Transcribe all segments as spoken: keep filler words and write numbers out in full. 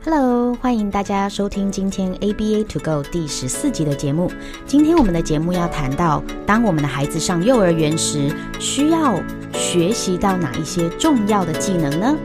Hello， 欢迎大家收听今天 A B A to go 第十四集的节目。今天我们的节目要谈到，当我们的孩子上幼儿园时，需要学习到哪一些重要的技能呢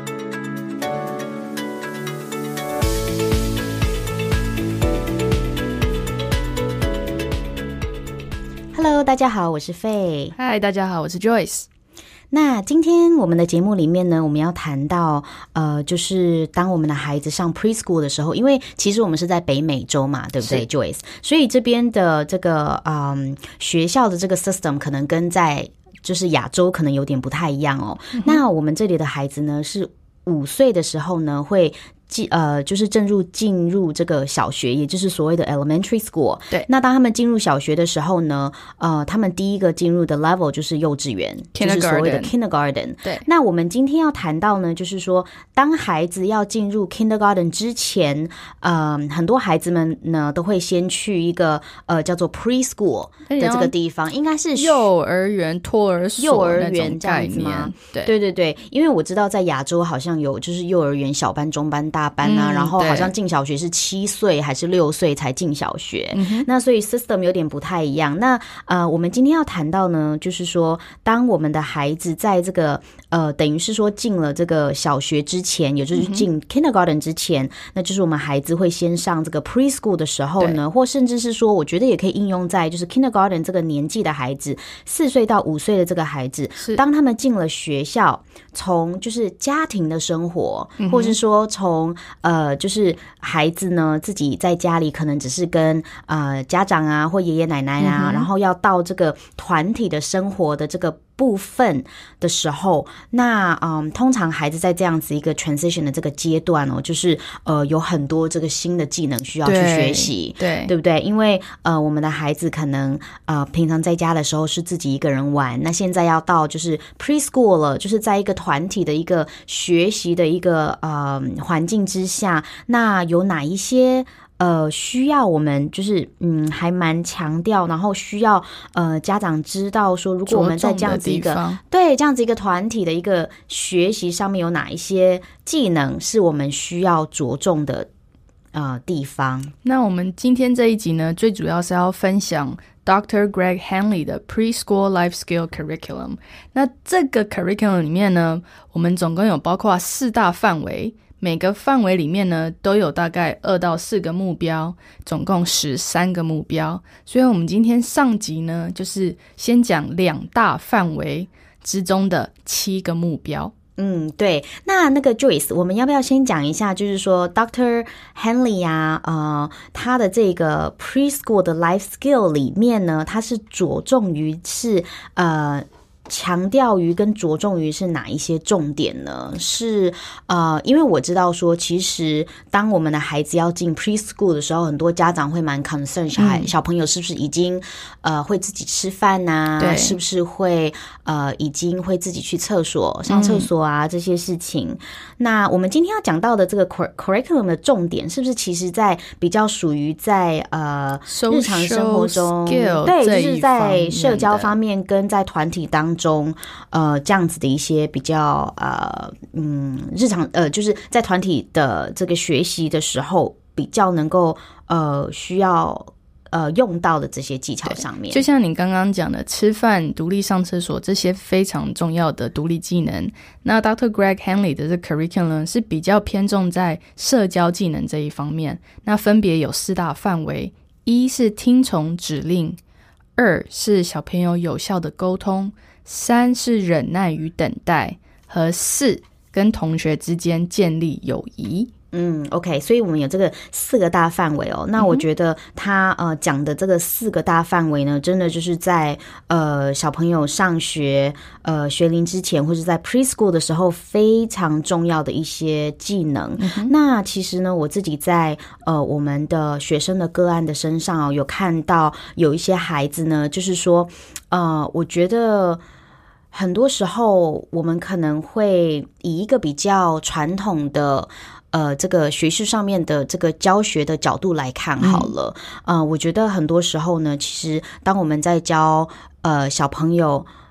？Hello， 大家好，我是费。 嗨，大家好，我是 Joyce。 那今天我们的节目里面呢，我们要谈到呃，就是当我们的孩子上 preschool 的时候，因为其实我们是在北美洲嘛，对不对 Joyce？ 所以这边的这个嗯学校的这个 system 可能跟在就是亚洲可能有点不太一样哦。嗯、那我们这里的孩子呢，是五岁的时候呢会。呃，就是正入进入这个小学，也就是所谓的 elementary school。对，那当他们进入小学的时候呢，呃，他们第一个进入的 level 就是幼稚园，就是所谓的 kindergarten。对，那我们今天要谈到呢，就是说，当孩子要进入 kindergarten 之前，呃，很多孩子们呢都会先去一个呃叫做 preschool 的这个地方，应该是幼儿园、托儿所、 幼儿园这样子吗？对，对对对，因为我知道在亚洲好像有就是幼儿园小班、中班、大大班啊、嗯，然后好像进小学是七岁还是六岁才进小学、嗯，那所以 system 有点不太一样。那呃，我们今天要谈到呢，就是说，当我们的孩子在这个呃，等于是说进了这个小学之前，也就是进 kindergarten 之前、嗯，那就是我们孩子会先上这个 preschool 的时候呢，或甚至是说，我觉得也可以应用在就是 kindergarten 这个年纪的孩子，四岁到五岁的这个孩子，当他们进了学校，从就是家庭的生活，嗯、或是说从呃，就是孩子呢自己在家里可能只是跟呃家长啊或爷爷奶奶啊、嗯，然后要到这个团体的生活的这个部分的时候，那嗯，通常孩子在这样子一个 transition 的这个阶段哦，就是呃有很多这个新的技能需要去学习，对，对不对？因为呃我们的孩子可能呃平常在家的时候是自己一个人玩，那现在要到就是 preschool 了，就是在一个团体的一个学习的一个呃环境之下，那有哪一些呃，需要我们就是嗯，还蛮强调，然后需要呃家长知道说，如果我们在这样子一个对这样子一个团体的一个学习上面有哪一些技能是我们需要着重的呃地方。 那我们今天这一集呢，最主要是要分享 Doctor Greg Henley 的 Preschool Life Skill Curriculum。那这个 curriculum 里面呢，我们总共有包括四大范围。每个范围里面呢，都有大概二到四个目标，总共十三个目标。所以我们今天上集呢，就是先讲两大范围之中的七个目标。 嗯，对。那那个 Joyce， 我们要不要先讲一下，就是说 Doctor Henley 啊，呃，他的这个 Preschool 的 Life Skill 里面呢，他是着重于是呃。强调于跟着重于是哪一些重点呢？是呃，因为我知道说，其实当我们的孩子要进 preschool 的时候，很多家长会蛮 concern 小孩、嗯、小朋友是不是已经呃会自己吃饭啊？对，是不是会呃已经会自己去厕所上厕所啊、嗯、这些事情？那我们今天要讲到的这个 curriculum 的重点，是不是其实在比较属于在呃日常生活中，对，就是在社交方面跟在团体当中。中呃这样子的一些比较呃嗯日常呃就是在团体的这个学习的时候比较能够呃需要呃用到的这些技巧上面， 就像你刚刚讲的吃饭、独立上厕所这些非常重要的独立技能。那 Doctor Greg Henley 的这 curriculum 是比较偏重在社交技能这一方面，那分别有四大范围：一是听从指令，二是小朋友有效的沟通，三是忍耐与等待，和四跟同学之间建立友谊。 嗯 OK， 所以我们有这个四个大范围哦。那我觉得他呃讲的这个四个大范围呢，真的就是在呃小朋友上学呃学龄之前，或者在 preschool 的时候非常重要的一些技能。嗯、那其实呢，我自己在呃我们的学生的个案的身上、哦、有看到有一些孩子呢，就是说呃我觉得很多时候我们可能会以一个比较传统的呃，这个学习上面的这个教学的角度来看好了，嗯、呃，我觉得很多时候呢，其实当我们在教呃小朋友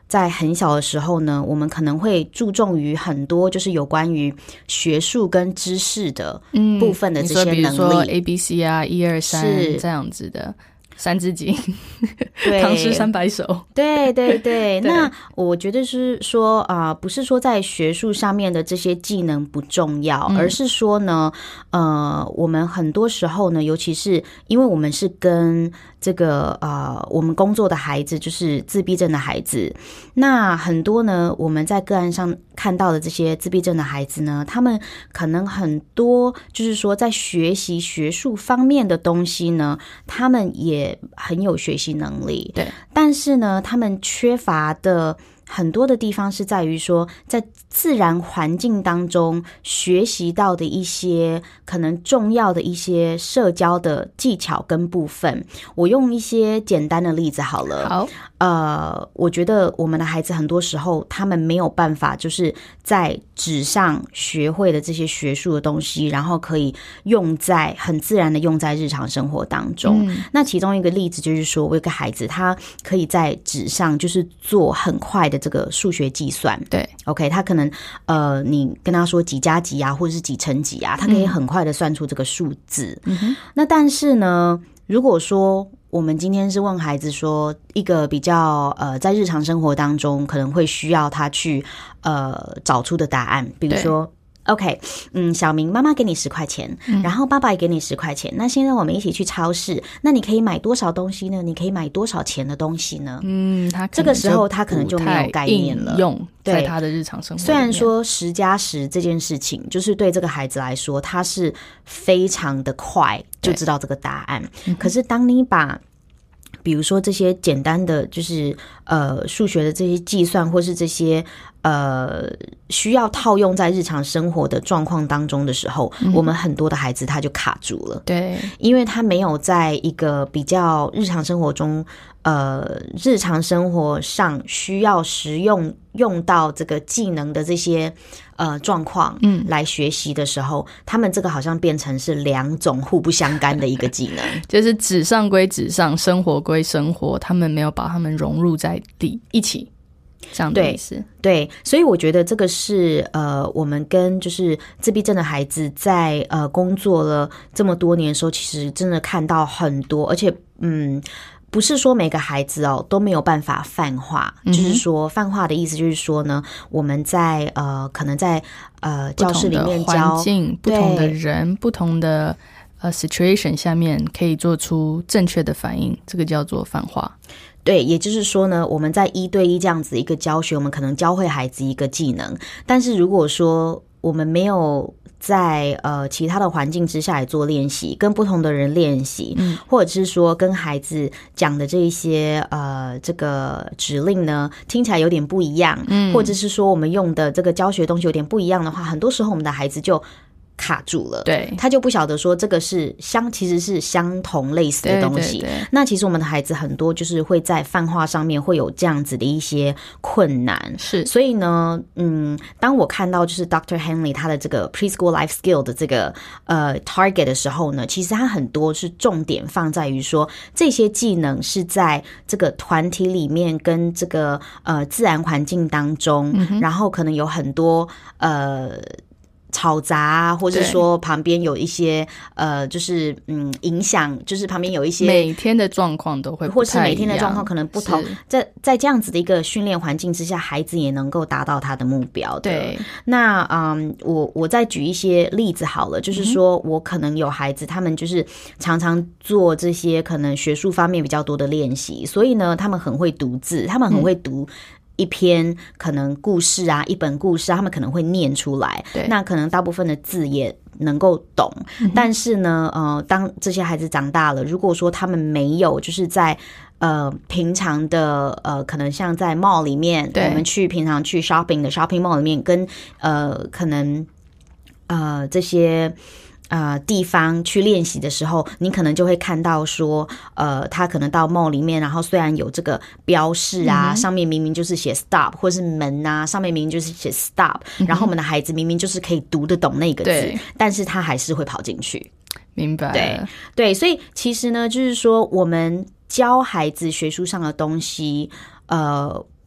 在很小的时候呢，我们可能会注重于很多就是有关于学术跟知识的部分的这些能力， 嗯、比如说 A B C 啊，一二三这样子的。三字经，唐诗三百首， 对对对。那我觉得是说啊、呃，不是说在学术上面的这些技能不重要，嗯、而是说呢，呃，我们很多时候呢，尤其是因为我们是跟这个呃，我们工作的孩子就是自闭症的孩子，那很多呢，我们在个案上看到的这些自闭症的孩子呢，他们可能很多就是说在学习学术方面的东西呢，他们也很有学习能力， 对， 但是呢，他们缺乏的很多的地方是在于说，在自然环境当中学习到的一些可能重要的一些社交的技巧跟部分。我用一些简单的例子好了。 好， 呃，我觉得我们的孩子很多时候他们没有办法就是在纸上学会的这些学术的东西，然后可以用在很自然的用在日常生活当中。嗯、那其中一个例子就是说，我有个孩子他可以在纸上就是做很快的这个数学计算。 对 ，OK， 他可能呃，你跟他说几加几啊，或者是几乘几啊，他可以很快的算出这个数字。嗯、那但是呢，如果说我们今天是问孩子说一个比较呃，在日常生活当中可能会需要他去呃找出的答案，比如说。OK， 嗯，小明，妈妈给你十块钱，嗯、然后爸爸也给你十块钱。那现在我们一起去超市，那你可以买多少东西呢？你可以买多少钱的东西呢？ 嗯，他这个时候他可能就没有概念了， 用在他的日常生活里面。 虽然说十加十这件事情，就是对这个孩子来说，他是非常的快就知道这个答案。可是当你把比如说这些简单的就是呃数学的这些计算，或是这些呃需要套用在日常生活的状况当中的时候，嗯、我们很多的孩子他就卡住了。 对， 因为他没有在一个比较日常生活中呃日常生活上需要实用用到这个技能的这些呃状况嗯来学习的时候，他们这个好像变成是两种互不相干的一个技能。 就是纸上归纸上，生活归生活，他们没有把他们融入在地一起，这样的意思。 对，对，所以我觉得这个是呃，我们跟就是自闭症的孩子在呃工作了这么多年的时候，其实真的看到很多，而且嗯。不是说每个孩子哦都没有办法泛化，嗯、就是说泛化的意思就是说呢，我们在呃可能在呃教室里面教环境不同的人不同的呃 situation 下面可以做出正确的反应，这个叫做泛化。 对，也就是说呢，我们在一对一这样子一个教学，我们可能教会孩子一个技能，但是如果说我们没有在呃其他的环境之下来做练习，跟不同的人练习，嗯、或者是说跟孩子讲的这一些呃这个指令呢，听起来有点不一样，嗯、或者是说我们用的这个教学东西有点不一样的话，很多时候我们的孩子就卡住了， 对， 他就不晓得说这个是相其实是相同类似的东西。 对对对， 那其实我们的孩子很多就是会在泛化上面会有这样子的一些困难， 是。 所以呢，嗯，当我看到就是 Doctor Henley 他的这个 Preschool Life Skill 的这个呃 target 的时候呢，其实他很多是重点放在于说这些技能是在这个团体里面跟这个呃自然环境当中，嗯、然后可能有很多呃。吵杂啊，或者说旁边有一些呃，就是嗯影响，就是旁边有一些每天的状况都会不太一样， 或是每天的状况可能不同，在在这样子的一个训练环境之下，孩子也能够达到他的目标的。 对， 那嗯，我我再举一些例子好了，就是说我可能有孩子，他们就是常常做这些可能学术方面比较多的练习，所以呢，他们很会读字，他们很会读。嗯一篇可能故事啊，一本故事啊，他们可能会念出来，那可能大部分的字也能够懂，嗯、但是呢，呃，当这些孩子长大了，如果说他们没有就是在呃平常的呃，可能像在 mall 里面，我们去平常去 shopping 的 shopping mall 里面，跟呃可能呃这些。呃，地方去练习的时候，你可能就会看到说，呃，他可能到 mall 里面，然后虽然有这个标示啊，嗯、上面明明就是写 stop， 或是门啊，上面明明就是写 stop，嗯、然后我们的孩子明明就是可以读得懂那个字，但是他还是会跑进去。 明白了。 对对，所以其实呢，就是说我们教孩子学术上的东西，呃。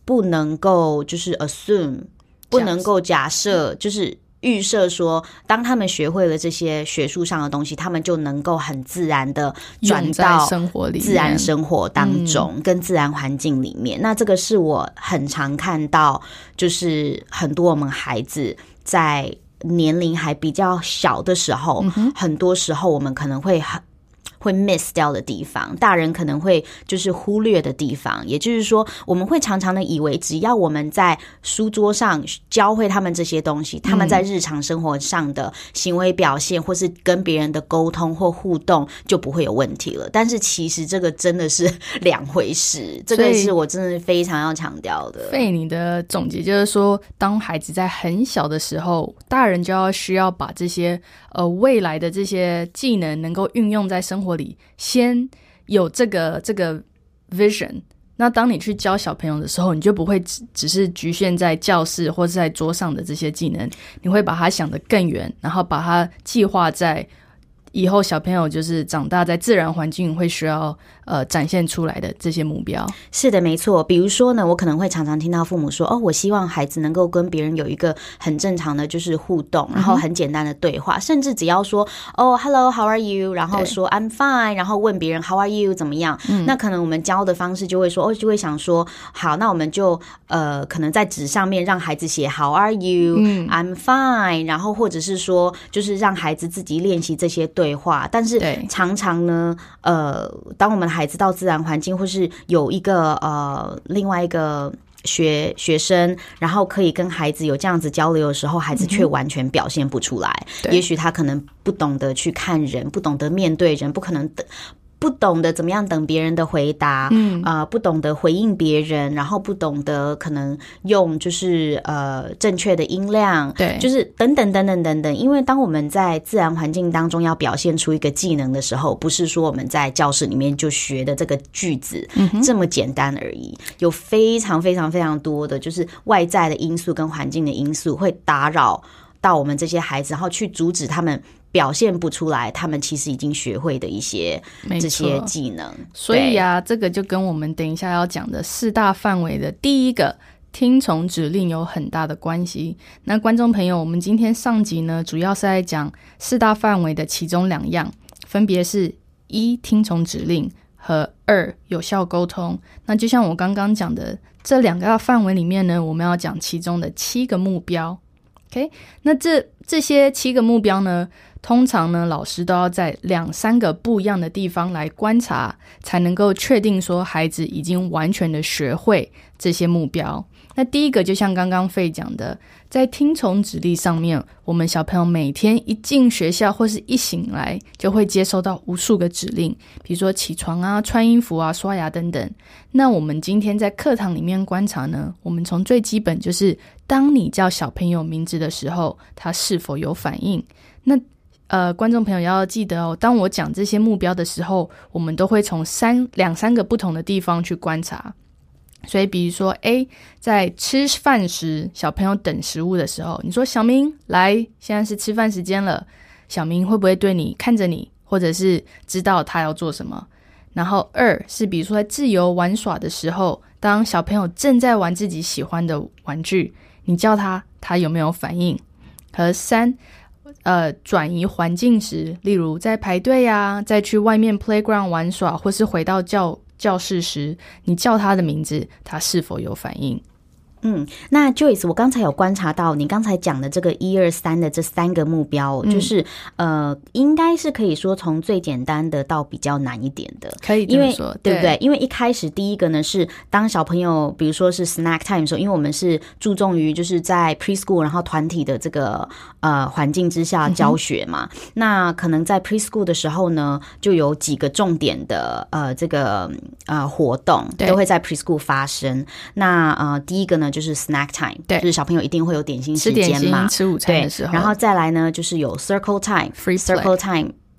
不能够就是 assume， 不能够假设，就是预设说当他们学会了这些学术上的东西，他们就能够很自然的转到自然生活当中、嗯、跟自然环境里面。那这个是我很常看到，就是很多我们孩子在年龄还比较小的时候、嗯、很多时候我们可能会很会 miss 掉的地方，大人可能会就是忽略的地方。也就是说，我们会常常的以为只要我们在书桌上教会他们这些东西，他们在日常生活上的行为表现或是跟别人的沟通或互动就不会有问题了。但是其实这个真的是两回事，这个是我真的非常要强调的。 费你的总结就是说，当孩子在很小的时候，大人就要需要把这些呃未来的这些技能能够运用在生活里，先有这个这个 vision。 那当你去教小朋友的时候，你就不会只只是局限在教室或是在桌上的这些技能，你会把它想得更远，然后把它计划在以后小朋友就是长大在自然环境会需要呃展现出来的这些目标。 是的，没错。比如说呢，我可能会常常听到父母说，哦，我希望孩子能够跟别人有一个很正常的就是互动，然后很简单的对话、嗯、甚至只要说哦 hello how are you， 然后说 I'm fine， 然后问别人 how are you 怎么样、嗯、那可能我们教的方式就会说哦，就会想说好，那我们就呃可能在纸上面让孩子写 how are you、嗯、I'm fine， 然后或者是说就是让孩子自己练习这些对话。但是常常呢呃，当我们的孩子到自然环境，或是有一个呃另外一个学学生，然后可以跟孩子有这样子交流的时候，孩子却完全表现不出来、嗯、也许他可能不懂得去看人，不懂得面对人，不可能不懂得怎么样等别人的回答，嗯，呃，不懂得回应别人，然后不懂得可能用就是呃正确的音量， 对， 就是等等等等等等。因为当我们在自然环境当中要表现出一个技能的时候，不是说我们在教室里面就学的这个句子、嗯、这么简单而已，有非常非常非常多的就是外在的因素跟环境的因素会打扰到我们这些孩子，然后去阻止他们表现不出来他们其实已经学会的一些这些技能。 所以啊，这个就跟我们等一下要讲的四大范围的第一个听从指令有很大的关系。那观众朋友，我们今天上集呢主要是在讲四大范围的其中两样，分别是一听从指令和二有效沟通。那就像我刚刚讲的这两个范围里面呢，我们要讲其中的七个目标。OK， 那这这些七个目标呢，通常呢老师都要在两三个不一样的地方来观察，才能够确定说孩子已经完全的学会这些目标。那第一个就像刚刚费讲的，在听从指令上面，我们小朋友每天一进学校或是一醒来就会接收到无数个指令，比如说起床啊、穿衣服啊、刷牙等等。那我们今天在课堂里面观察呢，我们从最基本就是当你叫小朋友名字的时候，他是否有反应。那呃，观众朋友要记得哦，当我讲这些目标的时候，我们都会从三两三个不同的地方去观察。所以比如说 A， 在吃饭时小朋友等食物的时候，你说小明来，现在是吃饭时间了，小明会不会对你看着你，或者是知道他要做什么。然后二是比如说在自由玩耍的时候，当小朋友正在玩自己喜欢的玩具，你叫他，他有没有反应。和三呃，转移环境时，例如在排队啊，再去外面 playground 玩耍，或是回到教教室时，你叫他的名字，他是否有反应。 嗯，那 Joyce， 我刚才有观察到你刚才讲的这个一二三的这三个目标、嗯、就是呃，应该是可以说从最简单的到比较难一点的， 可以这么说， 对不对？因为一开始第一个呢是当小朋友比如说是 snack time 的时候，因为我们是注重于就是在 preschool 然后团体的这个呃环境之下教学嘛、嗯、那可能在 preschool 的时候呢，就有几个重点的呃这个呃活动都会在 preschool 发生。那呃第一个呢就是 snack time， 对，就是小朋友一定会有点心时间嘛， 吃点心吃午餐的时候。 然后再来呢就是有 circle time， free circle time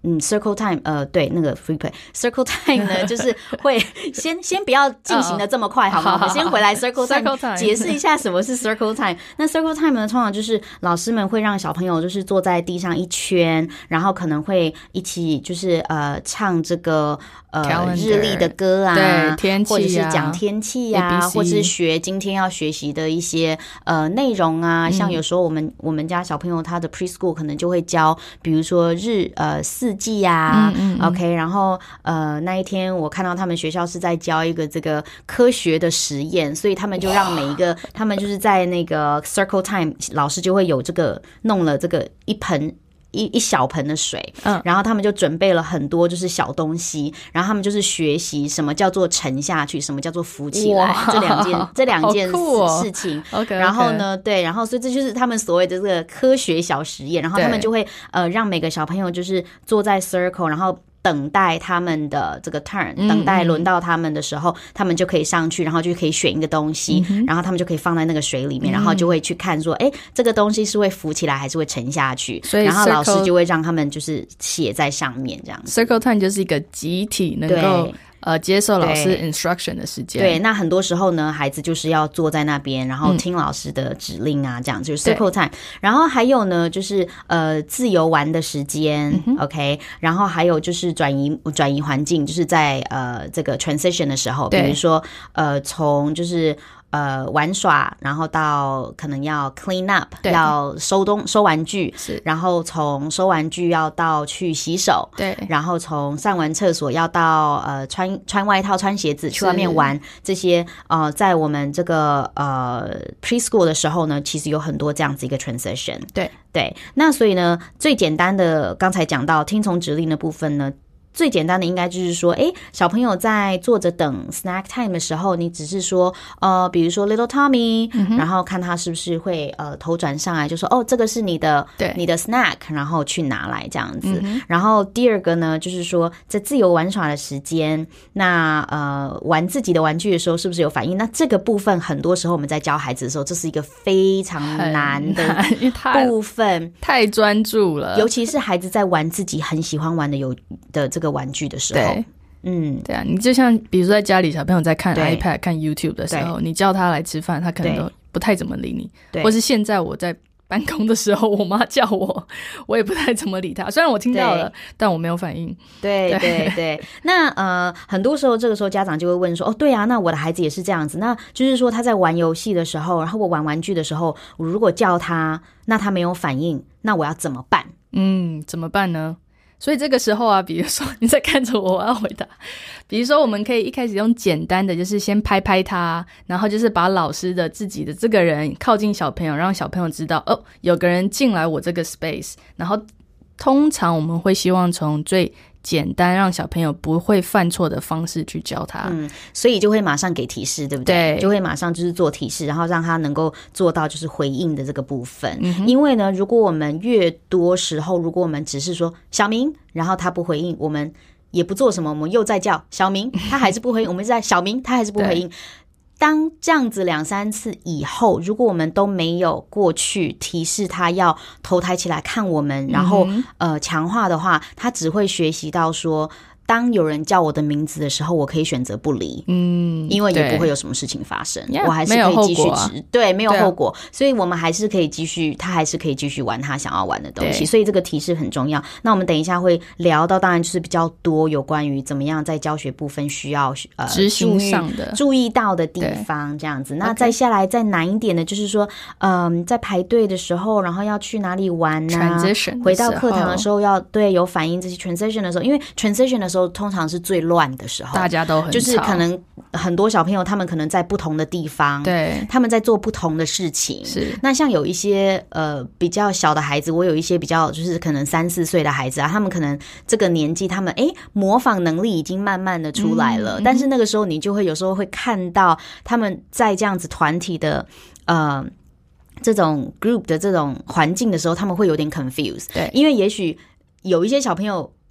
嗯 ，circle time， 呃，对，那个 free play circle time 呢，就是会先先不要进行的这么快，好吗？我们先回来 circle time， 解释一下什么是 circle time。那 circle time 呢，通常就是老师们会让小朋友就是坐在地上一圈，然后可能会一起就是呃唱这个呃 Calendar, 日历的歌啊， 对，天气啊， 或者是讲天气啊，或者是学今天要学习的一些呃内容啊。像有时候我们、嗯、我们家小朋友他的 preschool 可能就会教，比如说日呃四季啊、嗯嗯嗯、，OK， 然后呃那一天我看到他们学校是在教一个这个科学的实验，所以他们就让每一个他们就是在那个 circle time， 老师就会有这个弄了这个一盆。一一小盆的水，嗯，然后他们就准备了很多就是小东西，然后他们就是学习什么叫做沉下去，什么叫做浮起来，这两件这两件事、哦、事情。 Okay, 然后呢， okay. 对，然后所以这就是他们所谓的这个科学小实验，然后他们就会呃让每个小朋友就是坐在 circle， 然后等待他们的这个 turn， 等待轮到他们的时候、嗯、他们就可以上去，然后就可以选一个东西、嗯、然后他们就可以放在那个水里面、嗯、然后就会去看说哎，这个东西是会浮起来还是会沉下去，所以然后老师就会让他们就是写在上面这样子。 Circle time 就是一个集体能够呃，接受老师 instruction 的时间。 对，那很多时候呢，孩子就是要坐在那边，然后听老师的指令啊，嗯、这样就是 circle time。然后还有呢，就是呃自由玩的时间、嗯、，OK。然后还有就是转移转移环境，就是在呃这个 transition 的时候，比如说呃从就是。呃，玩耍，然后到可能要 clean up， 要收东收玩具，然后从收玩具要到去洗手， 对， 然后从上完厕所要到呃穿穿外套、穿鞋子去外面玩，这些呃，在我们这个呃 preschool 的时候呢，其实有很多这样子一个 transition， 对对，那所以呢，最简单的刚才讲到听从指令的部分呢。最简单的应该就是说，诶，小朋友在坐着等 snack time 的时候，你只是说，呃，比如说 little Tommy，、嗯、然后看他是不是会呃头转上来，就说，哦，这个是你的， 对， 你的 snack， 然后去拿来这样子。嗯、然后第二个呢，就是说在自由玩耍的时间，那呃玩自己的玩具的时候，是不是有反应？那这个部分很多时候我们在教孩子的时候，这是一个非常难的部分， 太专注了， 尤其是孩子在玩自己很喜欢玩的有的这个。个玩具的时候， 对，嗯，对啊，你就像比如说在家里小朋友在看 iPad 看 YouTube 的时候，你叫他来吃饭，他可能都不太怎么理你，对，或是现在我在办公的时候，我妈叫我，我也不太怎么理他，虽然我听到了，但我没有反应。 对对 对, 对，那呃，很多时候这个时候家长就会问说，哦，对啊，那我的孩子也是这样子，那就是说他在玩游戏的时候，然后我玩玩具的时候，我如果叫他，那他没有反应，那我要怎么办？ 嗯，怎么办呢？所以这个时候啊，比如说你在看着我，我要回答。比如说我们可以一开始用简单的，就是先拍拍他，然后就是把老师的自己的这个人靠近小朋友，让小朋友知道哦，有个人进来我这个 space。然后通常我们会希望从最简单让小朋友不会犯错的方式去教他， 嗯，所以就会马上给提示，对不对？对，就会马上就是做提示，然后让他能够做到就是回应的这个部分。嗯、因为呢，如果我们越多时候，如果我们只是说小明，然后他不回应，我们也不做什么，我们又在叫小明，他还是不回应，我们是在小明，他还是不回应。当这样子两三次以后，如果我们都没有过去提示他要头抬起来看我们，然后、嗯、呃强化的话，他只会学习到说，当有人叫我的名字的时候，我可以选择不理，嗯，因为也不会有什么事情发生，我还是可以继续吃，啊、对，没有后果，所以我们还是可以继续，他还是可以继续玩他想要玩的东西，所以这个提示很重要。那我们等一下会聊到，当然就是比较多有关于怎么样在教学部分需要呃执行上的注意到的地方，这样子。那再下来再难一点的，就是说，嗯、呃，在排队的时候，然后要去哪里玩啊？ transition 回到课堂的时候要对有反应这些 transition 的时候，因为 transition 的时候通常是最乱的时候， 大家都很吵， 就是可能很多小朋友他们可能在不同的地方， 对， 他们在做不同的事情。是，那像有一些呃比较小的孩子，我有一些比较就是可能三四岁的孩子啊，他们可能这个年纪，他们哎模仿能力已经慢慢的出来了，嗯、但是那个时候你就会有时候会看到他们在这样子团体的呃这种 group 的这种环境的时候，他们会有点 confused， 对，因为也许有一些小朋友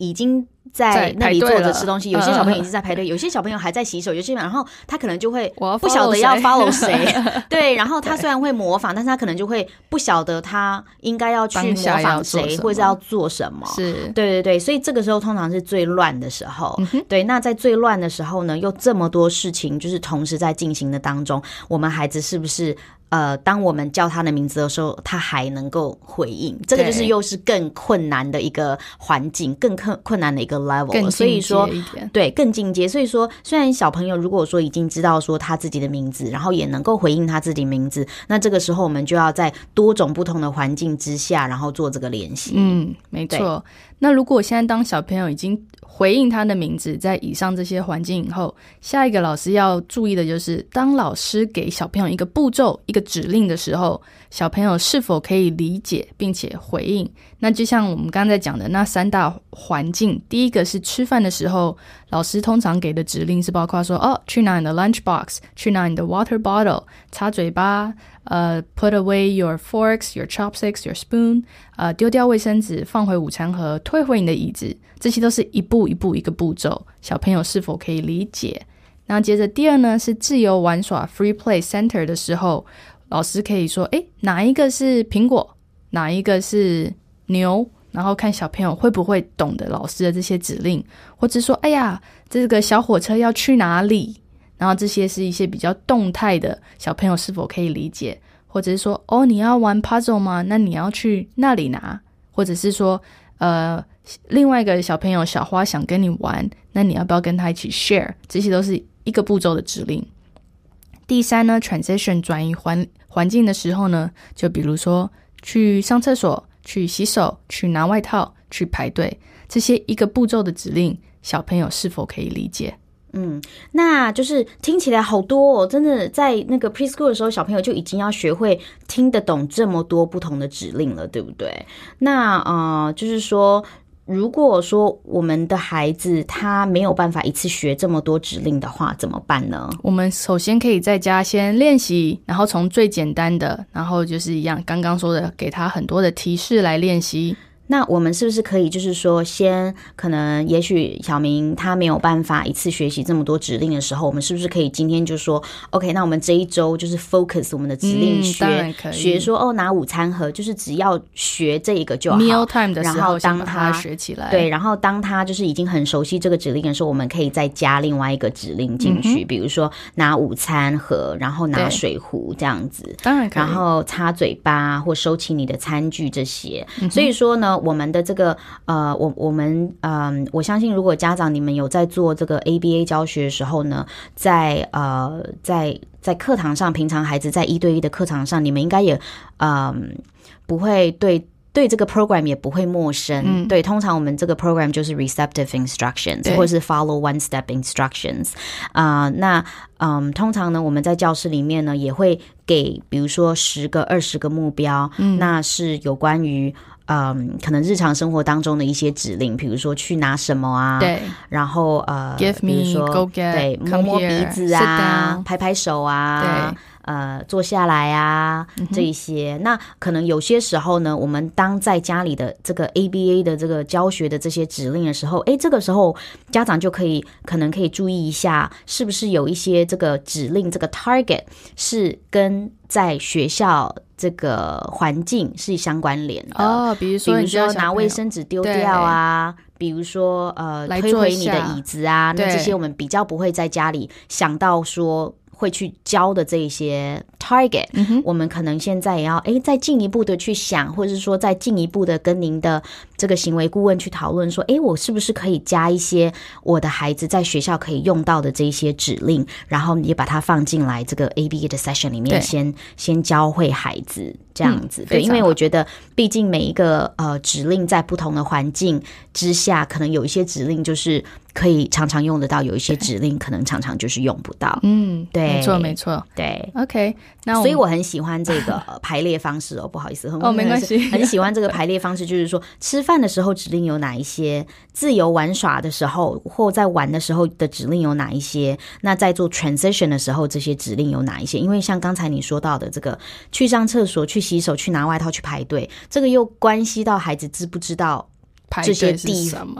已经在那里坐着吃东西，有些小朋友已经在排队，有些小朋友还在洗手，有些然后他可能就会不晓得要 follow 谁对，然后他虽然会模仿，但是他可能就会不晓得他应该要去模仿谁或者要做什么，是对对对，所以这个时候通常是最乱的时候、嗯、对，那在最乱的时候呢，又这么多事情就是同时在进行的当中，我们孩子是不是呃，当我们叫他的名字的时候，他还能够回应，这个就是又是更困难的一个环境，更困难的一个 level， 所以说对更进阶。所以说，虽然小朋友如果说已经知道说他自己的名字，然后也能够回应他自己名字，那这个时候我们就要在多种不同的环境之下，然后做这个练习。 嗯，没错。那如果现在当小朋友已经回应他的名字，在以上这些环境以后，下一个老师要注意的就是，当老师给小朋友一个步骤、一个指令的时候，小朋友是否可以理解并且回应。那就像我们刚才讲的那三大环境，第一个是吃饭的时候，老师通常给的指令是包括说，哦，去拿你的 lunch box， 去拿你的 water bottle， 擦嘴巴，呃 put away your forks, your chopsticks, your spoon， 呃，丢掉卫生纸，放回午餐盒，退回你的椅子，这些都是一步一步一个步骤，小朋友是否可以理解。那接着第二呢，是自由玩耍 free play center 的时候，老师可以说，诶，哪一个是苹果，哪一个是牛，然后看小朋友会不会懂得老师的这些指令，或者说，哎呀，这个小火车要去哪里，然后这些是一些比较动态的，小朋友是否可以理解，或者是说，哦，你要玩 puzzle 吗？那你要去那里拿，或者是说呃，另外一个小朋友小花想跟你玩，那你要不要跟他一起 share， 这些都是一个步骤的指令。第三呢 transition 转移环环境的时候呢，就比如说去上厕所，去洗手，去拿外套，去排队，这些一个步骤的指令，小朋友是否可以理解？ 嗯，那就是听起来好多哦，真的在那个 preschool 的时候，小朋友就已经要学会听得懂这么多不同的指令了，对不对？那呃，就是说如果说我们的孩子他没有办法一次学这么多指令的话，怎么办呢？ 我们首先可以在家先练习，然后从最简单的，然后就是一样刚刚说的，给他很多的提示来练习。 那我们是不是可以就是说先可能也许小明他没有办法一次学习这么多指令的时候，我们是不是可以今天就说 OK， 那我们这一周就是 focus 我们的指令学、嗯、学说哦拿午餐盒，就是只要学这一个就好， meal time 的时候然后当他学起来， 对，然后当他就是已经很熟悉这个指令的时候，我们可以再加另外一个指令进去、嗯、比如说拿午餐盒，然后拿水壶这样子， 当然可以， 然后擦嘴巴或收起你的餐具这些、嗯、所以说呢我们的这个呃，我我们嗯、呃，我相信如果家长你们有在做这个 A B A 教学的时候呢，在呃在在课堂上，平常孩子在一对一的课堂上，你们应该也嗯、呃、不会对。对这个 program 也不会陌生、嗯、对，通常我们这个 program 就是 receptive instructions 或是 follow one step instructions 啊、呃，那嗯，通常呢我们在教室里面呢也会给比如说十个二十个目标、嗯、那是有关于嗯，可能日常生活当中的一些指令，比如说去拿什么啊， 对， 然后呃 give me 比如说 go get 对，摸摸鼻子啊，拍拍手啊，对，呃，坐下来啊、嗯、这一些。那可能有些时候呢，我们当在家里的这个 A B A 的这个教学的这些指令的时候，诶，这个时候家长就可以可能可以注意一下，是不是有一些这个指令这个 target 是跟在学校这个环境是相关联的哦，比如说比如说拿卫生纸丢掉啊，比如说呃推回你的椅子啊，那这些我们比较不会在家里想到说会去教的这一些 target、嗯、我们可能现在也要诶再进一步的去想，或者是说再进一步的跟您的这个行为顾问去讨论说，诶我是不是可以加一些我的孩子在学校可以用到的这一些指令，然后也把它放进来这个 A B A 的 session 里面，先先教会孩子这样子、嗯、对，因为我觉得毕竟每一个呃指令在不同的环境之下，可能有一些指令就是可以常常用得到，有一些指令可能常常就是用不到。 嗯， 对， 没错没错， 对 OK， 那所以我很喜欢这个排列方式哦，不好意思哦，没关系， 很喜欢这个排列方式，就是说吃饭的时候指令有哪一些，自由玩耍的时候或在玩的时候的指令有哪一些，那在做 transition 的时候这些指令有哪一些，因为像刚才你说到的这个去上厕所、去洗手、去拿外套、去排队，这个又关系到孩子知不知道这些地什么，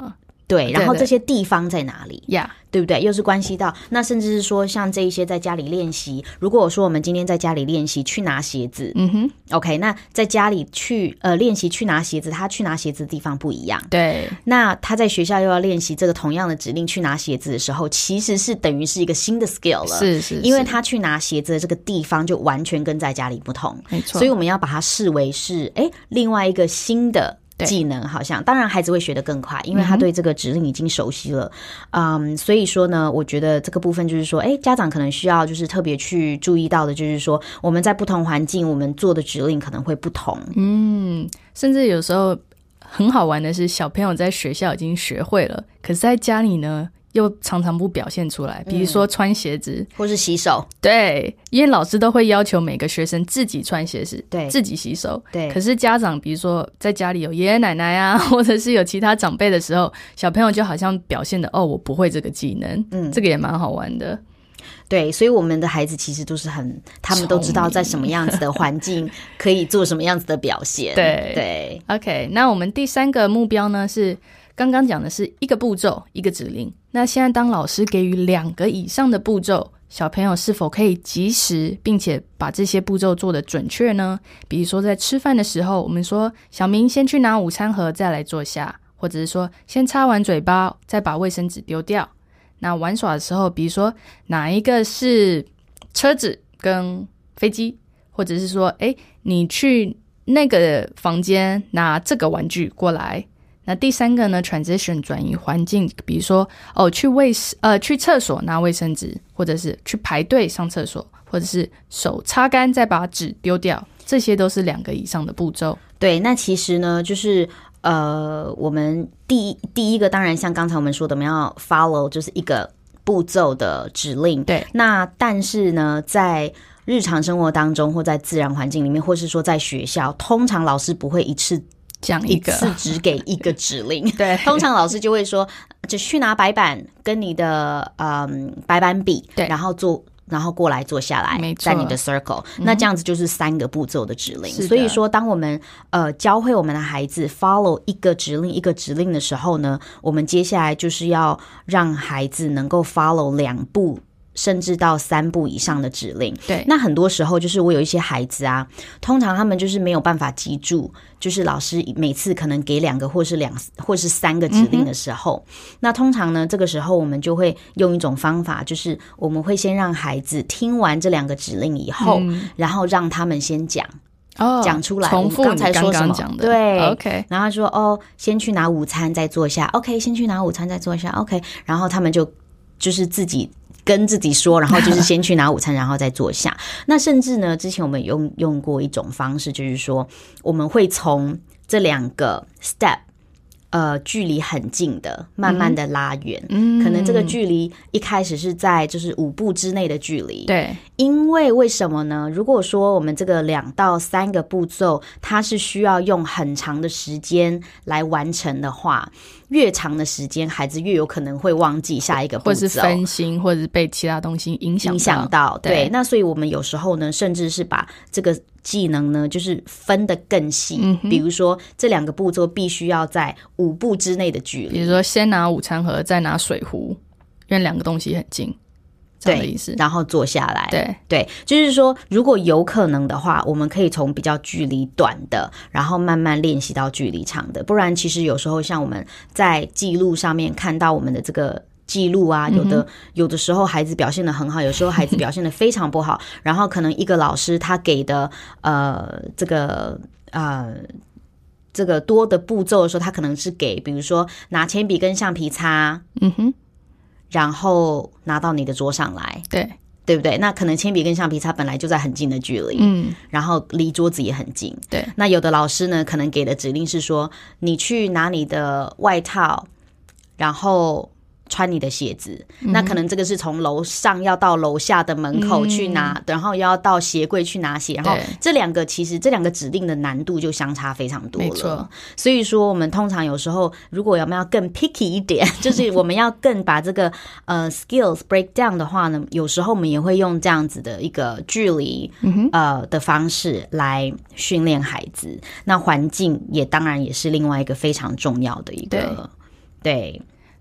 对，然后这些地方在哪里呀、yeah. 对不对？又是关系到那甚至是说像这一些在家里练习，如果我说我们今天在家里练习去拿鞋子， 嗯哼 OK， 那在家里去呃练习去拿鞋子，他去拿鞋子的地方不一样， 对， 那他在学校又要练习这个同样的指令去拿鞋子的时候，其实是等于是一个新的 skill 了， 是是是， 因为他去拿鞋子的这个地方就完全跟在家里不同， 没错， 所以我们要把它视为是哎另外一个新的技能，好像当然孩子会学得更快，因为他对这个指令已经熟悉了，嗯，所以说呢，我觉得这个部分就是说，哎，家长可能需要就是特别去注意到的，就是说我们在不同环境，我们做的指令可能会不同， 嗯，甚至有时候很好玩的是，小朋友在学校已经学会了，可是在家里呢，又常常不表现出来，比如说穿鞋子、嗯、 或是洗手， 对，因为老师都会要求每个学生自己穿鞋子， 对， 自己洗手， 对。 可是家长比如说在家里有爷爷奶奶啊，或者是有其他长辈的时候，小朋友就好像表现的哦，我不会这个技能，嗯，这个也蛮好玩的。 对，所以我们的孩子其实都是很，他们都知道在什么样子的环境可以做什么样子的表现。 对对 ，OK， 那我们第三个目标呢是刚刚讲的是一个步骤一个指令，那现在当老师给予两个以上的步骤，小朋友是否可以及时并且把这些步骤做得准确呢？比如说在吃饭的时候，我们说小明先去拿午餐盒再来坐下，或者是说先擦完嘴巴再把卫生纸丢掉。那玩耍的时候，比如说哪一个是车子跟飞机，或者是说诶你去那个房间拿这个玩具过来。那第三个呢 transition 转移环境，比如说哦去卫呃去厕所拿卫生纸，或者是去排队上厕所，或者是手擦干再把纸丢掉，这些都是两个以上的步骤。 对，那其实呢就是呃，我们第一第一个当然像刚才我们说的，我们要 follow 就是一个步骤的指令。 对， 那但是呢，在日常生活当中，或在自然环境里面，或是说在学校，通常老师不会一次讲一个， 一次只给一个指令。 对， 通常老师就会说，就去拿白板跟你的嗯白板笔， 对， 然后做。然后过来坐下来，在你的 circle，、嗯、那这样子就是三个步骤的指令。所以说，当我们呃教会我们的孩子 follow 一个指令一个指令的时候呢，我们接下来就是要让孩子能够 follow 两步甚至到三步以上的指令。 对， 那很多时候就是我有一些孩子啊，通常他们就是没有办法记住，就是老师每次可能给两个或是两或是三个指令的时候、嗯、那通常呢这个时候我们就会用一种方法，就是我们会先让孩子听完这两个指令以后、嗯、然后让他们先讲哦， 讲出来， 重复刚才说什么， 刚刚讲的， 对 ，OK， 然后说哦，先去拿午餐再坐下 ，OK， 先去拿午餐再坐下 ，OK， 然后他们就就是自己跟自己说，然后就是先去拿午餐然后再坐下。那甚至呢之前我们用用过一种方式，就是说我们会从这两个 step呃，距离很近的慢慢的拉远、嗯、可能这个距离一开始是在就是五步之内的距离， 对， 因为为什么呢？如果说我们这个两到三个步骤它是需要用很长的时间来完成的话，越长的时间孩子越有可能会忘记下一个步骤， 或是分心，或者是被其他东西影响到影响到 对, 对，那所以我们有时候呢甚至是把这个技能呢就是分得更细、嗯、比如说这两个步骤必须要在五步之内的距离， 比如说先拿午餐盒再拿水壶，因为两个东西很近，这样的意思， 然后坐下来， 对对，就是说如果有可能的话，我们可以从比较距离短的然后慢慢练习到距离长的，不然其实有时候像我们在记录上面看到我们的这个记录啊，有的、嗯、有的时候孩子表现得很好，有时候孩子表现得非常不好然后可能一个老师他给的呃这个呃这个多的步骤的时候，他可能是给比如说拿铅笔跟橡皮擦，嗯哼，然后拿到你的桌上来， 对对不对？那可能铅笔跟橡皮擦本来就在很近的距离，嗯，然后离桌子也很近， 对。 那有的老师呢可能给的指令是说你去拿你的外套然后穿你的鞋子、嗯、那可能这个是从楼上要到楼下的门口去拿、嗯、然后要到鞋柜去拿鞋，然后这两个其实这两个指令的难度就相差非常多了， 没错。 所以说我们通常有时候如果我们要更 picky 一点就是我们要更把这个呃 skills break down 的话呢，有时候我们也会用这样子的一个距离、嗯、呃的方式来训练孩子。那环境也当然也是另外一个非常重要的一个， 对, 对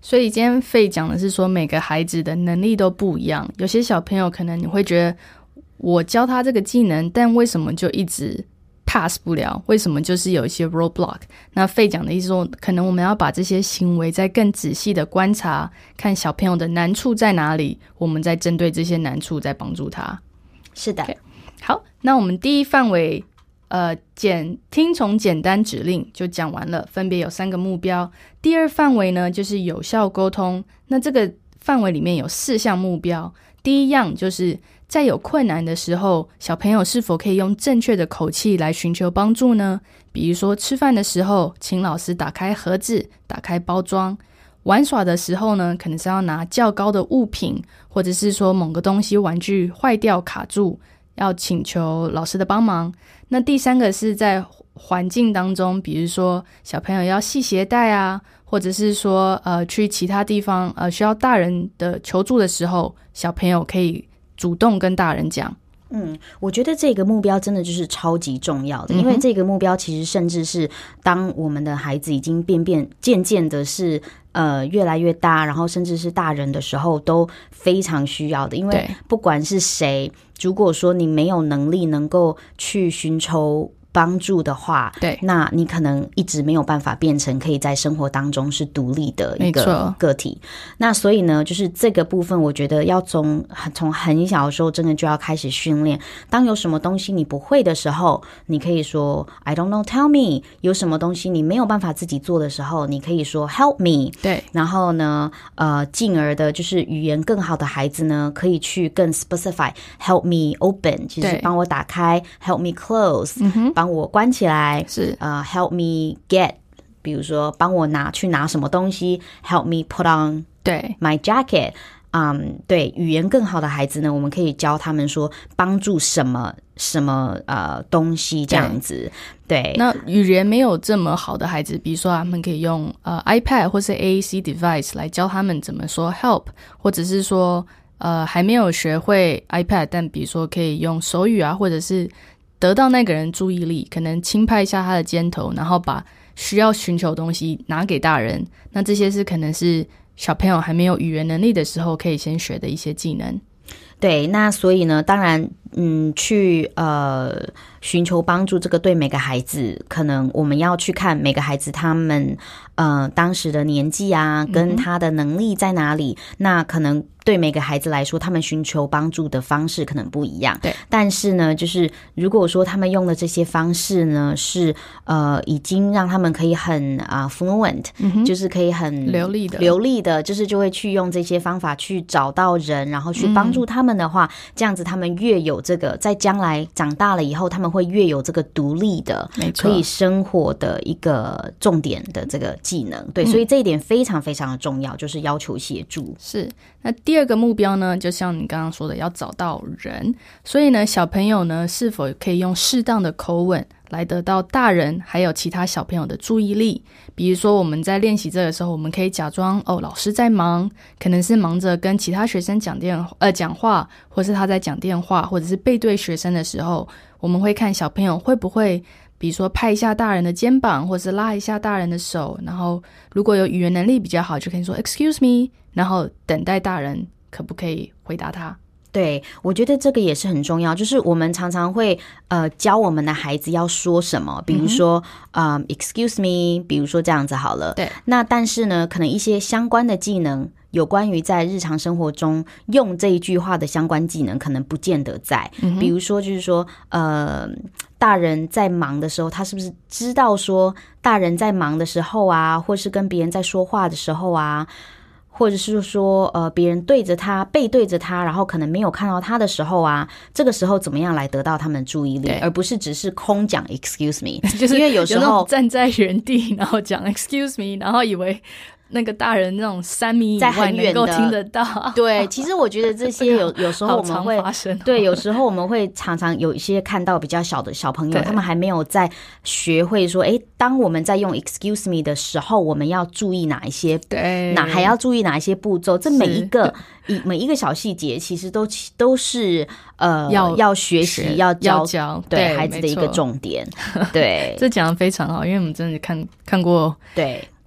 所以今天Faye讲的是说每个孩子的能力都不一样，有些小朋友可能你会觉得我教他这个技能，但为什么就一直 pass 不了，为什么就是有一些 roadblock。 那Faye讲的意思说，可能我们要把这些行为再更仔细的观察，看小朋友的难处在哪里，我们再针对这些难处再帮助他。 是的、 okay. 好，那我们第一范围呃，简听从简单指令就讲完了，分别有三个目标。第二范围呢就是有效沟通，那这个范围里面有四项目标。第一样就是在有困难的时候，小朋友是否可以用正确的口气来寻求帮助呢？比如说吃饭的时候请老师打开盒子，打开包装。玩耍的时候呢，可能是要拿较高的物品，或者是说某个东西玩具坏掉卡住，要请求老师的帮忙。那第三个是在环境当中，比如说小朋友要系鞋带啊，或者是说呃去其他地方呃需要大人的求助的时候，小朋友可以主动跟大人讲。 嗯，我觉得这个目标真的就是超级重要的，因为这个目标其实甚至是当我们的孩子已经变变渐渐的是呃越来越大，然后甚至是大人的时候都非常需要的。因为不管是谁，如果说你没有能力能够去寻求帮助的话，对，那你可能一直没有办法变成可以在生活当中是独立的一个个体。那所以呢，就是这个部分我觉得要从从很小的时候真的就要开始训练。当有什么东西你不会的时候，你可以说 I don't know, tell me。 有什么东西你没有办法自己做的时候，你可以说 help me。 对，然后呢呃，进而的就是语言更好的孩子呢，可以去更 specify help me open， 就是帮我打开， help me close，嗯，帮我关起来，是呃、uh, help me get， 比如说帮我拿去拿什么东西， help me put on 对 my jacket。嗯，对，语言更好的孩子呢，我们可以教他们说帮助什么什么呃东西这样子。对， 那语言没有这么好的孩子，比如说他们可以用呃 iPad 或是 A A C device 来教他们怎么说 help， 或者是说呃还没有学会 iPad， 但比如说可以用手语啊，或者是得到那个人注意力，可能轻拍一下他的肩头，然后把需要寻求的东西拿给大人。那这些是可能是小朋友还没有语言能力的时候可以先学的一些技能。 对，那所以呢，当然嗯，去呃寻求帮助，这个对每个孩子可能我们要去看每个孩子他们呃当时的年纪啊，跟他的能力在哪里，嗯，那可能对每个孩子来说他们寻求帮助的方式可能不一样。对，但是呢就是如果说他们用的这些方式呢是呃已经让他们可以很啊、呃、fluent，嗯，就是可以很流利的流利的就是就会去用这些方法去找到人，然后去帮助他们的话，嗯，这样子他们越有这个在将来长大了以后他们会越有这个独立的可以生活的一个重点的这个技能。对，所以这一点非常非常的重要，就是要求协助。 是，那第二个目标呢，就像你刚刚说的，要找到人。所以呢，小朋友呢是否可以用适当的口吻来得到大人还有其他小朋友的注意力。比如说我们在练习这个时候，我们可以假装哦老师在忙，可能是忙着跟其他学生讲电呃讲话，或是他在讲电话，或者是背对学生的时候，我们会看小朋友会不会比如说拍一下大人的肩膀，或是拉一下大人的手，然后如果有语言能力比较好就可以说 excuse me， 然后等待大人可不可以回答他。 对，我觉得这个也是很重要，就是我们常常会呃教我们的孩子要说什么，比如说、嗯呃、excuse me， 比如说这样子好了。对，那但是呢可能一些相关的技能，有关于在日常生活中用这一句话的相关技能可能不见得在、嗯、比如说就是说呃大人在忙的时候，他是不是知道说大人在忙的时候啊，或是跟别人在说话的时候啊，或者是说呃别人对着他背对着他，然后可能没有看到他的时候啊，这个时候怎么样来得到他们注意力，而不是只是空讲 excuse me。 就是因为有时候站在原地然后讲 excuse me， 然后以为那个大人那种三米以外能够听得到。 对，其实我觉得这些有有时候我们会、 哦、 对，有时候我们会常常有一些看到比较小的小朋友，他们还没有在学会说，哎，当我们在用 excuse me 的时候，我们要注意哪一些，对，哪还要注意哪一些步骤，这每一个每一个小细节其实都都是呃要要学习要教要教对, 对孩子的一个重点。对， 这讲得非常好，因为我们真的看看过， 对。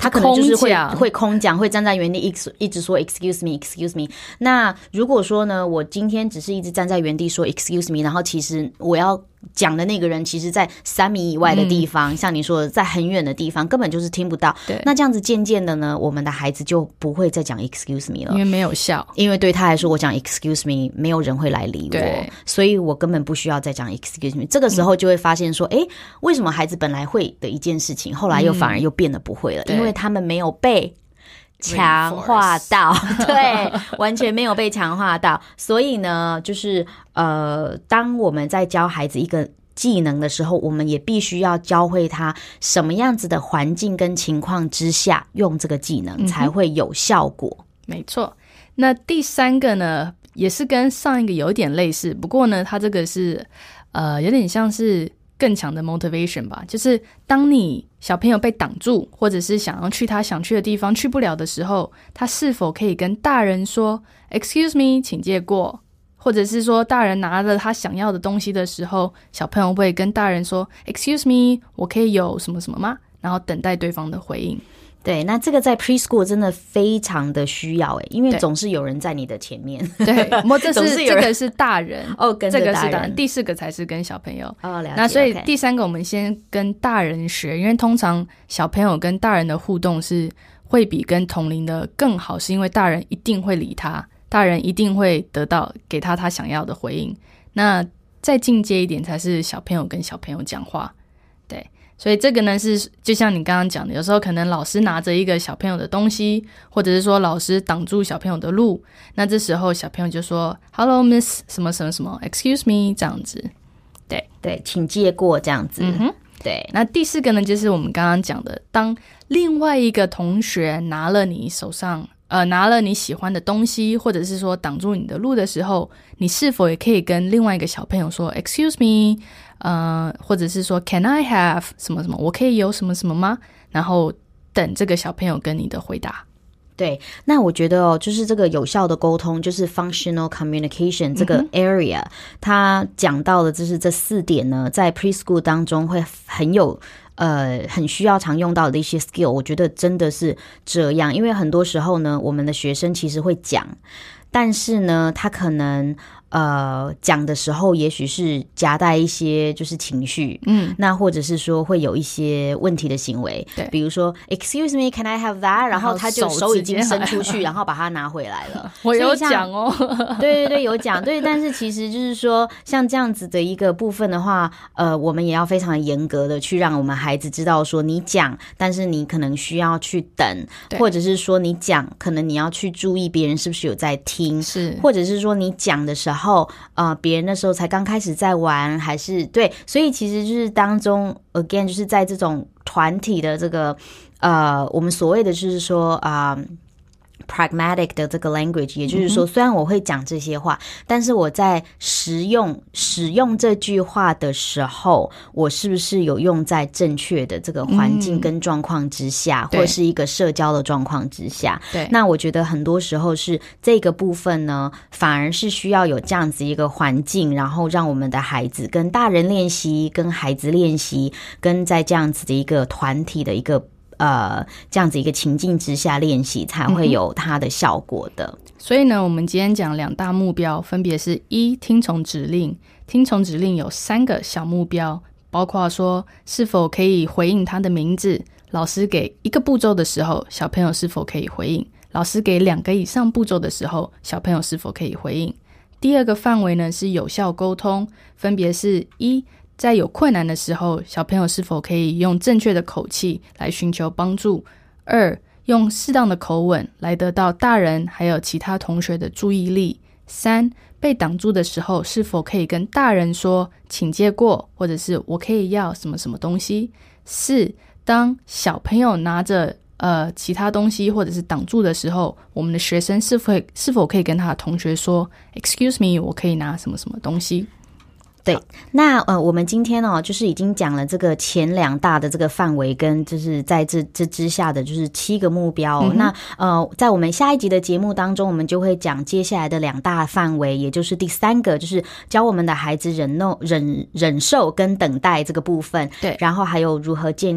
他可能就是会会空讲，会站在原地一直一直说 excuse me excuse me。 那如果说呢，我今天只是一直站在原地说 excuse me， 然后其实我要讲的那个人其实在三米以外的地方、嗯、像你说的在很远的地方根本就是听不到， 对， 那这样子渐渐的呢，我们的孩子就不会再讲 excuse me 了， 因为没有效， 因为对他来说我讲 excuse me 没有人会来理我，所以我根本不需要再讲 excuse me。 这个时候就会发现说，诶，为什么孩子本来会的一件事情后来又反而又变得不会了、嗯、因为他们没有被强化到，对，完全没有被强化到。所以呢，就是呃，当我们在教孩子一个技能的时候，我们也必须要教会他什么样子的环境跟情况之下用这个技能才会有效果、嗯、 没错。那第三个呢，也是跟上一个有点类似，不过呢，它这个是呃，有点像是更强的 motivation 吧，就是当你小朋友被挡住，或者是想要去他想去的地方去不了的时候，他是否可以跟大人说 excuse me 请借过，或者是说大人拿了他想要的东西的时候，小朋友会跟大人说 excuse me 我可以有什么什么吗，然后等待对方的回应。 对，那这个在 preschool 真的非常的需要耶，因为总是有人在你的前面。 对，这是这个是大人哦，跟着大人， 这个是大人，第四个才是跟小朋友。 哦，了解。 那所以第三个我们先跟大人学，因为通常小朋友跟大人的互动是会比跟同龄的更好，是因为大人一定会理他，大人一定会得到给他他想要的回应。那再进阶一点才是小朋友跟小朋友讲话。对。所以这个呢是就像你刚刚讲的，有时候可能老师拿着一个小朋友的东西，或者是说老师挡住小朋友的路，那这时候小朋友就说 Hello Miss 什么什么什么 Excuse me 这样子。对对，请借过这样子、嗯、哼对。 那第四个呢，就是我们刚刚讲的，当另外一个同学拿了你手上呃拿了你喜欢的东西，或者是说挡住你的路的时候，你是否也可以跟另外一个小朋友说 Excuse me呃，或者是说 Can I have 什么什么，我可以有什么什么吗？然后等这个小朋友跟你的回答。 对，那我觉得哦，就是这个有效的沟通，就是 functional communication 这个 area、嗯、它讲到的就是这四点呢，在 preschool 当中会很有呃，很需要常用到的一些 skill， 我觉得真的是这样。因为很多时候呢，我们的学生其实会讲，但是呢，他可能呃讲的时候也许是夹带一些就是情绪，嗯，那或者是说会有一些问题的行为，对，比如说 excuse me can I have that， 然后他就手已经伸出去，然后把它拿回来了。 我有讲哦， 对对对，有讲，对，但是其实就是说像这样子的一个部分的话，呃，我们也要非常严格的去让我们孩子知道说你讲，但是你可能需要去等，或者是说你讲，可能你要去注意别人是不是有在听，是，或者是说你讲的时候。后呃，别人那时候才刚开始在玩，还是对，所以其实就是当中 again 就是在这种团体的这个呃，我们所谓的就是说啊。呃pragmatic 的这个 language， 也就是说虽然我会讲这些话、嗯、但是我在实用使用这句话的时候，我是不是有用在正确的这个环境跟状况之下、嗯、或是一个社交的状况之下。对，那我觉得很多时候是这个部分呢，反而是需要有这样子一个环境，然后让我们的孩子跟大人练习，跟孩子练习，跟在这样子的一个团体的一个呃，这样子一个情境之下练习，才会有它的效果的、嗯、 所以呢，我们今天讲两大目标，分别是一，听从指令。听从指令有三个小目标，包括说是否可以回应他的名字，老师给一个步骤的时候，小朋友是否可以回应，老师给两个以上步骤的时候，小朋友是否可以回应。第二个范围呢是有效沟通，分别是一，在有困难的时候，小朋友是否可以用正确的口气来寻求帮助。二，用适当的口吻来得到大人还有其他同学的注意力。三，被挡住的时候，是否可以跟大人说请借过，或者是我可以要什么什么东西。四，当小朋友拿着呃其他东西或者是挡住的时候，我们的学生是否是否可以跟他的同学说 excuse me 我可以拿什么什么东西。 对，那呃，我们今天哦，就是已经讲了这个前两大的这个范围，跟就是在这这之下的就是七个目标、哦嗯、那呃，在我们下一集的节目当中，我们就会讲接下来的两大范围，也就是第三个，就是教我们的孩子忍耐、忍忍受跟等待这个部分。对，然后还有如何建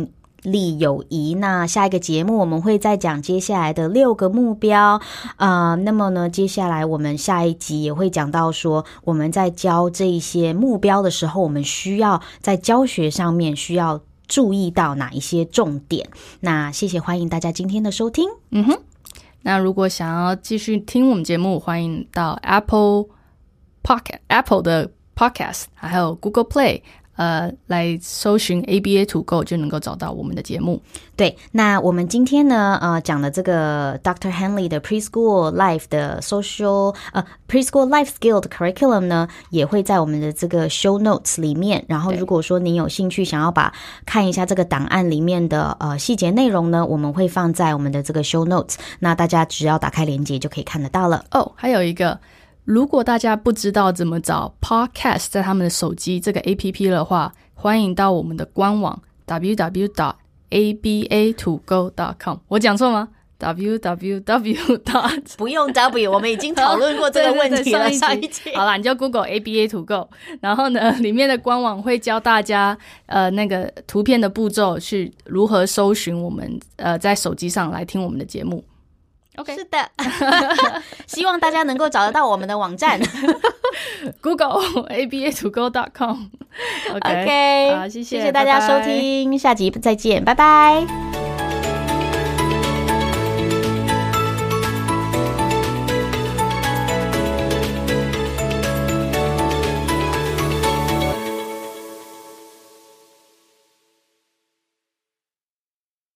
力友谊。那下一个节目我们会再讲接下来的六个目标，呃，那么呢，接下来我们下一集也会讲到说，我们在教这一些目标的时候，我们需要在教学上面需要注意到哪一些重点。那谢谢，欢迎大家今天的收听。 嗯哼，那如果想要继续听我们节目，欢迎到 Apple Podcast Apple 的 Podcast 还有 Google Play呃，来搜寻 A B A to Go 就能够找到我们的节目。 对，那我们今天呢，呃，讲的这个 Doctor Henley 的 Preschool Life 的 Social 呃 Preschool Life Skill 的 Curriculum 呢，也会在我们的这个 Show Notes 里面。然后，如果说您有兴趣想要把看一下这个档案里面的呃细节内容呢，我们会放在我们的这个 Show Notes。那大家只要打开连结就可以看得到了。 哦，还有一个。如果大家不知道怎么找 Podcast 在他们的手机这个 A P P 的话，欢迎到我们的官网 double-u double-u double-u dot a b a to go dot com。 我讲错吗？ double-u double-u double-u dot 不用 W， 我们已经讨论过这个问题了。对对对，上一集好啦，你就 Google A B A to go， 然后呢，里面的官网会教大家呃那个图片的步骤，去如何搜寻我们呃在手机上来听我们的节目。 Okay. 是的希望大家能够找得到我们的网站 Google A B A to go dot com。 OK， 好，谢谢， 谢谢大家收听，拜拜，下集再见，拜拜。